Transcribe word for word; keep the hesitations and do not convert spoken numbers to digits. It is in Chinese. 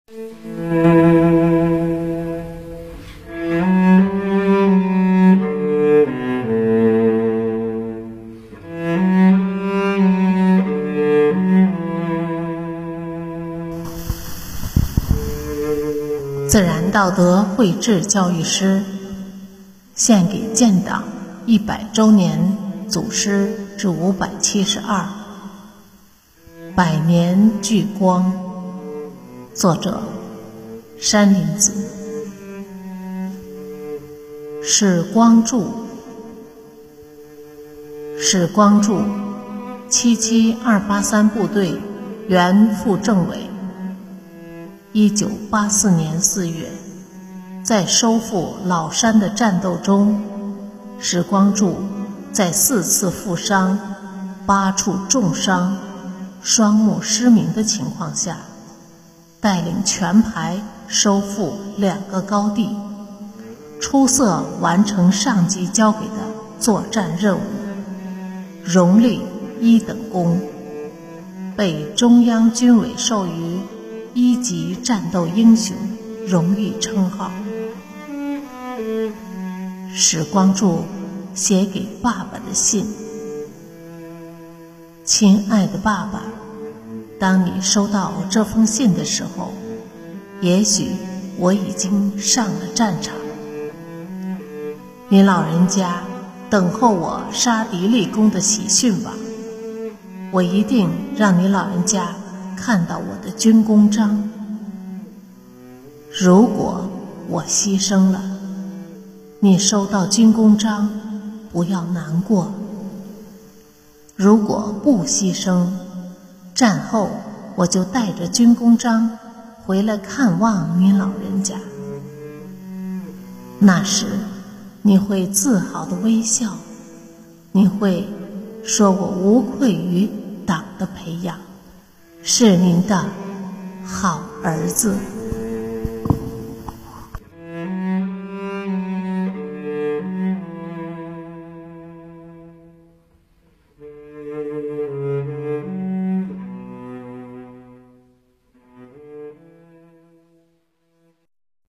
自然道德绘制教育诗，献给建党一百周年祖师之五百七十二，百年聚光。作者：山林子。史光柱，史光柱，七七二八三部队原副政委。一九八四年四月，在收复老山的战斗中，史光柱在四次负伤、八处重伤、双目失明的情况下，带领全排收复两个高地，出色完成上级交给的作战任务，荣立一等功，被中央军委授予一级战斗英雄荣誉称号。史光柱写给爸爸的信：亲爱的爸爸，当你收到这封信的时候，也许我已经上了战场。你老人家等候我杀敌立功的喜讯吧，我一定让你老人家看到我的军功章。如果我牺牲了，你收到军功章不要难过；如果不牺牲，战后我就带着军功章回来看望你老人家。那时你会自豪地微笑，你会说我无愧于党的培养，是您的好儿子。